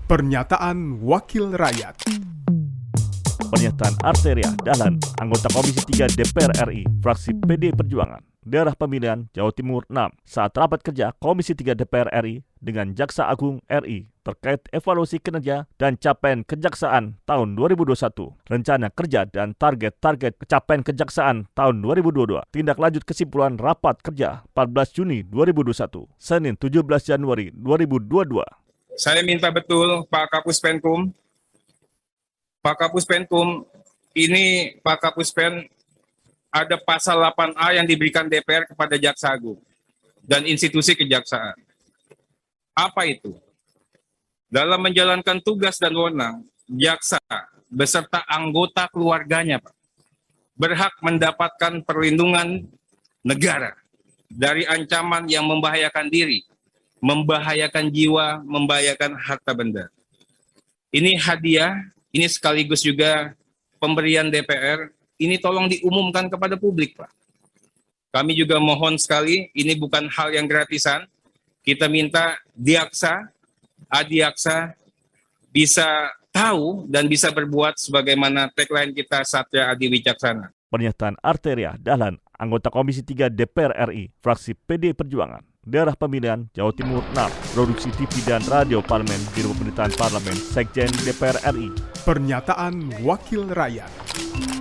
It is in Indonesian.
Pernyataan Wakil Rakyat. Pernyataan Arteria Dahlan, anggota Komisi 3 DPR RI, fraksi PD Perjuangan, daerah pemilihan Jawa Timur 6, saat rapat kerja Komisi 3 DPR RI dengan Jaksa Agung RI terkait evaluasi kinerja dan capaian kejaksaan tahun 2021, rencana kerja dan target-target capaian kejaksaan tahun 2022. Tindak lanjut kesimpulan rapat kerja 14 Juni 2021, Senin 17 Januari 2022. Saya minta betul Pak Kapus Penkum, ini Pak Kapus Pen ada pasal 8A yang diberikan DPR kepada Jaksa Agung dan institusi kejaksaan. Apa itu? Dalam menjalankan tugas dan wewenang, jaksa beserta anggota keluarganya, Pak, berhak mendapatkan perlindungan negara dari ancaman yang membahayakan diri, membahayakan jiwa, membahayakan harta benda. Ini hadiah, ini sekaligus juga pemberian DPR, ini tolong diumumkan kepada publik, Pak. Kami juga mohon sekali, ini bukan hal yang gratisan. Kita minta Diaksa, Adiaksa bisa tahu dan bisa berbuat sebagaimana tagline kita Satya Adi Wicaksana. Pernyataan Arteria Dahlan, anggota Komisi 3 DPR RI, fraksi PD Perjuangan, daerah pemilihan Jawa Timur 6, produksi TV dan radio Parlemen, Biro Pemerintahan Parlemen, Sekjen DPR RI. Pernyataan Wakil Rakyat.